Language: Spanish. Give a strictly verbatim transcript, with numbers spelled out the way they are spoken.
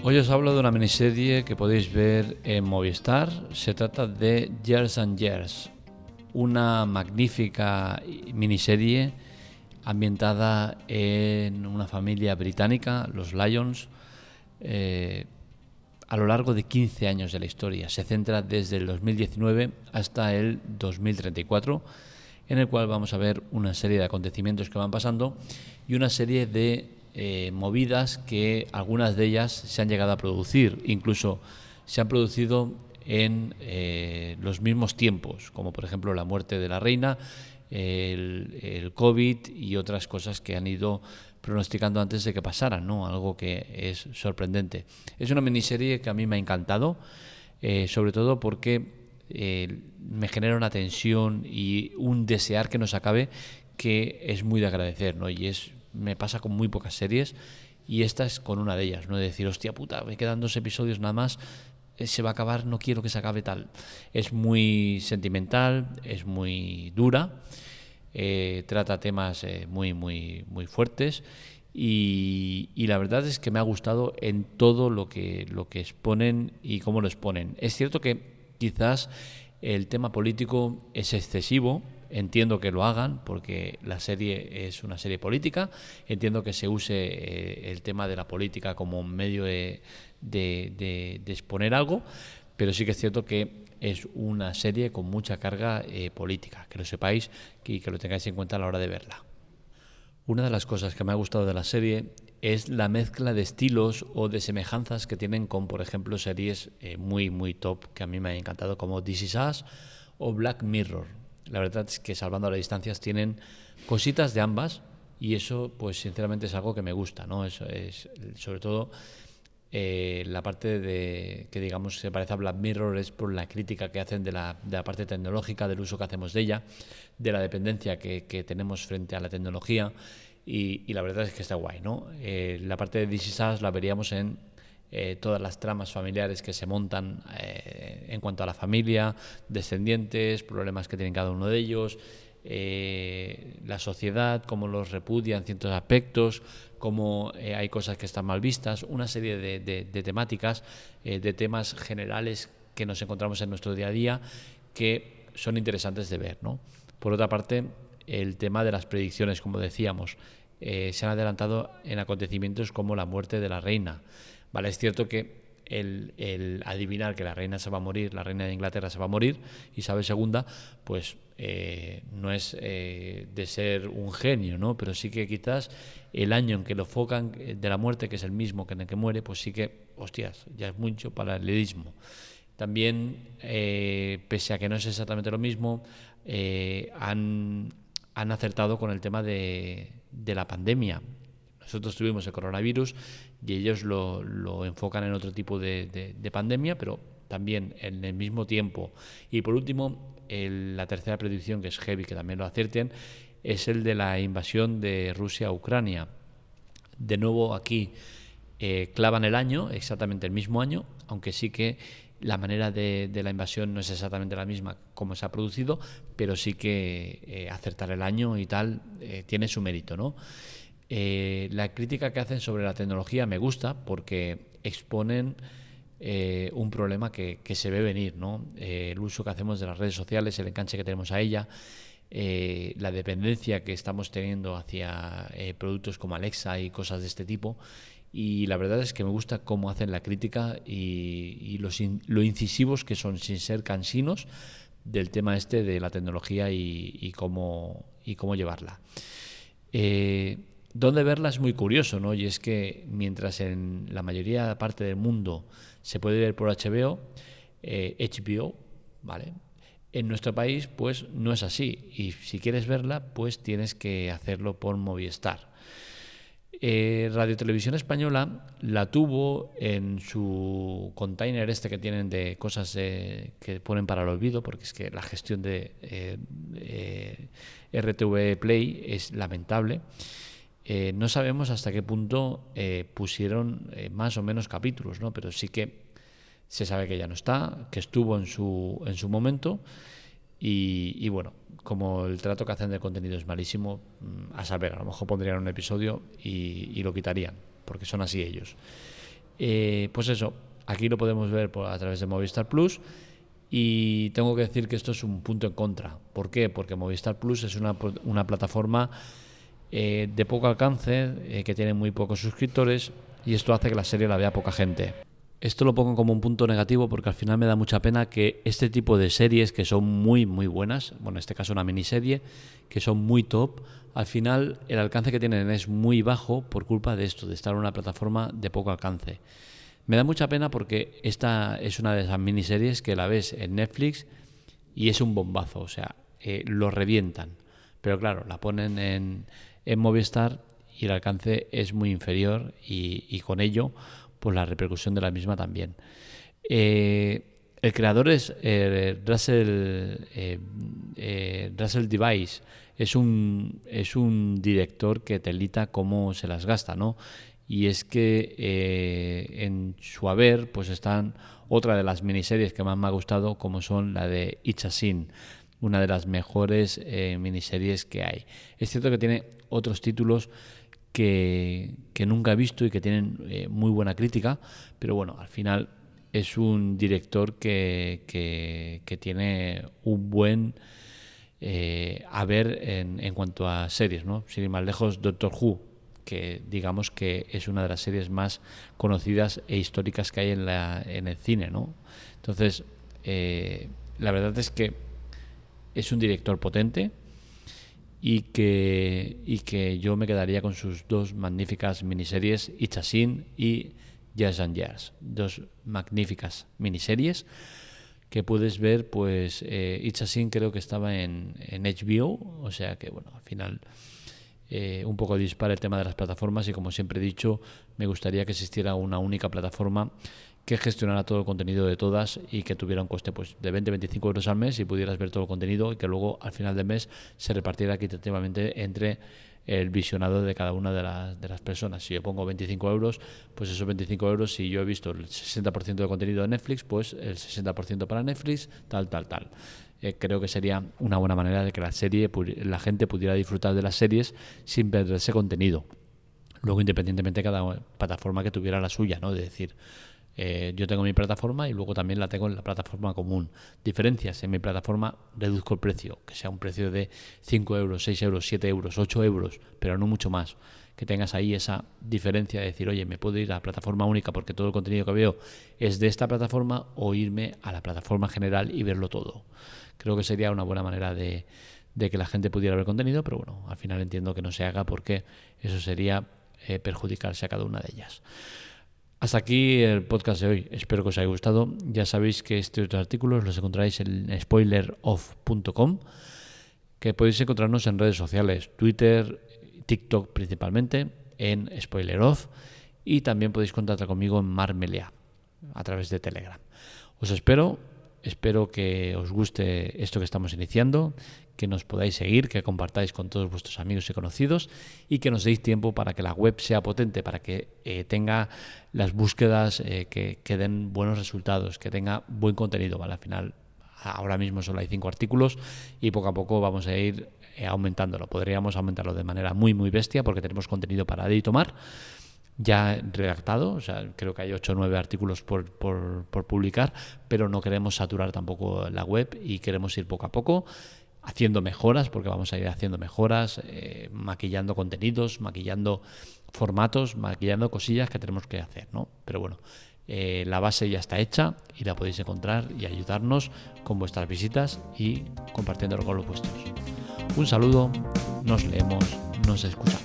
Hoy os hablo de una miniserie que podéis ver en Movistar. Se trata de Years and Years, una magnífica miniserie ambientada en una familia británica, los Lyons, eh, a lo largo de quince años de la historia. Se centra desde el dos mil diecinueve hasta el dos mil treinta y cuatro, en el cual vamos a ver una serie de acontecimientos que van pasando y una serie de eh, movidas que algunas de ellas se han llegado a producir, incluso se han producido en eh, los mismos tiempos, como por ejemplo la muerte de la reina, el, el COVID y otras cosas que han ido pronosticando antes de que pasaran, ¿no? Algo que es sorprendente. Es una miniserie que a mí me ha encantado, eh, sobre todo porque eh, me genera una tensión y un desear que nos acabe que es muy de agradecer, ¿no? Y es me pasa con muy pocas series y esta es con una de ellas, ¿no? De decir, hostia puta, me quedan dos episodios nada más, se va a acabar, no quiero que se acabe tal. Es muy sentimental, es muy dura, eh, trata temas eh, muy, muy, muy fuertes y, y la verdad es que me ha gustado en todo lo que, lo que exponen y cómo lo exponen. Es cierto que quizás el tema político es excesivo. Entiendo que lo hagan porque la serie es una serie política. Entiendo que se use eh, el tema de la política como un medio de, de, de, de exponer algo, pero sí que es cierto que es una serie con mucha carga eh, política. Que lo sepáis y que lo tengáis en cuenta a la hora de verla. Una de las cosas que me ha gustado de la serie es la mezcla de estilos o de semejanzas que tienen con, por ejemplo, series eh, muy, muy top que a mí me han encantado, como This Is Us o Black Mirror. La verdad es que, salvando las distancias, tienen cositas de ambas y eso, pues sinceramente, es algo que me gusta, ¿no? Eso es, sobre todo, eh, la parte de que, digamos, se parece a Black Mirror es por la crítica que hacen de la, de la parte tecnológica, del uso que hacemos de ella, de la dependencia que, que tenemos frente a la tecnología y, y la verdad es que está guay, ¿no? Eh, la parte de This Is Us la veríamos en Eh, todas las tramas familiares que se montan eh, en cuanto a la familia, descendientes, problemas que tienen cada uno de ellos, eh, la sociedad, cómo los repudia en ciertos aspectos, cómo eh, hay cosas que están mal vistas, una serie de, de, de temáticas, eh, de temas generales que nos encontramos en nuestro día a día que son interesantes de ver, ¿no? Por otra parte, el tema de las predicciones, como decíamos, eh, se han adelantado en acontecimientos como la muerte de la reina. Vale, es cierto que el, el adivinar que la reina se va a morir, la reina de Inglaterra se va a morir, Isabel segunda, pues eh, no es eh, de ser un genio, ¿no? Pero sí que quizás el año en que lo focan de la muerte, que es el mismo que en el que muere, pues sí que, hostias, ya es mucho paralelismo. También, eh, pese a que no es exactamente lo mismo, eh, han, han acertado con el tema de, de la pandemia. Nosotros tuvimos el coronavirus y ellos lo, lo enfocan en otro tipo de, de, de pandemia, pero también en el mismo tiempo. Y por último, el, la tercera predicción, que es heavy, que también lo acierten, es el de la invasión de Rusia a Ucrania. De nuevo aquí eh, clavan el año, exactamente el mismo año, aunque sí que la manera de, de la invasión no es exactamente la misma como se ha producido, pero sí que eh, acertar el año y tal eh, tiene su mérito, ¿no? Eh, la crítica que hacen sobre la tecnología me gusta porque exponen eh, un problema que, que se ve venir, ¿no? Eh, el uso que hacemos de las redes sociales, el enganche que tenemos a ella, eh, la dependencia que estamos teniendo hacia eh, productos como Alexa y cosas de este tipo. Y la verdad es que me gusta cómo hacen la crítica y, y los in, lo incisivos que son, sin ser cansinos, del tema este de la tecnología y, y, cómo, y cómo llevarla. Eh, Dónde verla es muy curioso, ¿no? Y es que mientras en la mayoría de parte del mundo se puede ver por H B O, eh, H B O, ¿vale? En nuestro país, pues no es así. Y si quieres verla, pues tienes que hacerlo por Movistar. Eh, Radio Televisión Española la tuvo en su container este que tienen de cosas eh, que ponen para el olvido, porque es que la gestión de eh, eh, R T V Play es lamentable. Eh, no sabemos hasta qué punto eh, pusieron eh, más o menos capítulos, ¿no? Pero sí que se sabe que ya no está, que estuvo en su, en su momento y, y bueno, como el trato que hacen del contenido es malísimo, a saber, a lo mejor pondrían un episodio y, y lo quitarían, porque son así ellos. Eh, pues eso, aquí lo podemos ver por, a través de Movistar Plus. Y tengo que decir que esto es un punto en contra. ¿Por qué? Porque Movistar Plus es una, una plataforma eh, de poco alcance, eh, que tiene muy pocos suscriptores, y esto hace que la serie la vea poca gente. Esto lo pongo como un punto negativo porque al final me da mucha pena que este tipo de series que son muy muy buenas, bueno, en este caso una miniserie, que son muy top, al final el alcance que tienen es muy bajo por culpa de esto, de estar en una plataforma de poco alcance. Me da mucha pena porque esta es una de esas miniseries que la ves en Netflix y es un bombazo, o sea, eh, lo revientan. Pero claro, la ponen en, en Movistar y el alcance es muy inferior y, y con ello, pues la repercusión de la misma también. Eh, el creador es eh, Russell, eh, eh, Russell Device, es un, es un director que telita cómo se las gasta, ¿no? Y es que eh, en su haber pues están otra de las miniseries que más me ha gustado, como son la de It's a Sin, una de las mejores eh, miniseries que hay. Es cierto que tiene otros títulos que, que nunca he visto y que tienen eh, muy buena crítica, pero bueno, al final es un director que, que, que tiene un buen eh, haber en, en cuanto a series, ¿no? Sin ir más lejos, Doctor Who, que digamos que es una de las series más conocidas e históricas que hay en, la, en el cine, ¿no? Entonces, eh, la verdad es que es un director potente y que, y que yo me quedaría con sus dos magníficas miniseries, It's a Sin y Years and Years, dos magníficas miniseries que puedes ver, pues eh, It's a Sin creo que estaba en, en H B O, o sea que bueno, al final Eh, un poco dispara el tema de las plataformas y como siempre he dicho, me gustaría que existiera una única plataforma que gestionara todo el contenido de todas y que tuviera un coste pues de veinte a veinticinco euros al mes y pudieras ver todo el contenido y que luego al final del mes se repartiera equitativamente entre el visionado de cada una de las, de las personas. Si yo pongo veinticinco euros, pues esos veinticinco euros, si yo he visto el sesenta por ciento de contenido de Netflix, pues el sesenta por ciento para Netflix, tal, tal, tal. Eh, creo que sería una buena manera de que la serie, la gente pudiera disfrutar de las series sin perderse contenido. Luego, independientemente de cada plataforma que tuviera la suya, ¿no? De decir, eh, yo tengo mi plataforma y luego también la tengo en la plataforma común. Diferencias: en mi plataforma reduzco el precio, que sea un precio de cinco euros, seis euros, siete euros, ocho euros, pero no mucho más. Que tengas ahí esa diferencia de decir, oye, me puedo ir a la plataforma única porque todo el contenido que veo es de esta plataforma, o irme a la plataforma general y verlo todo. Creo que sería una buena manera de, de que la gente pudiera ver contenido, pero bueno, al final entiendo que no se haga porque eso sería eh, perjudicarse a cada una de ellas. Hasta aquí el podcast de hoy. Espero que os haya gustado. Ya sabéis que estos otros artículos los encontraréis en spoiler off punto com, que podéis encontrarnos en redes sociales, Twitter, TikTok principalmente, en SpoilerOff, y también podéis contactar conmigo en Marmelia a través de Telegram. Os espero. Espero que os guste esto que estamos iniciando, que nos podáis seguir, que compartáis con todos vuestros amigos y conocidos y que nos deis tiempo para que la web sea potente, para que eh, tenga las búsquedas eh, que, que den buenos resultados, que tenga buen contenido. ¿Vale? Al final, ahora mismo solo hay cinco artículos y poco a poco vamos a ir eh, aumentándolo. Podríamos aumentarlo de manera muy, muy bestia porque tenemos contenido para dar y tomar ya redactado, o sea, creo que hay ocho o nueve artículos por, por, por publicar, pero no queremos saturar tampoco la web y queremos ir poco a poco haciendo mejoras, porque vamos a ir haciendo mejoras, eh, maquillando contenidos, maquillando formatos, maquillando cosillas que tenemos que hacer, ¿no? Pero bueno, eh, la base ya está hecha y la podéis encontrar y ayudarnos con vuestras visitas y compartiéndolo con los vuestros. Un saludo, nos leemos, nos escuchamos.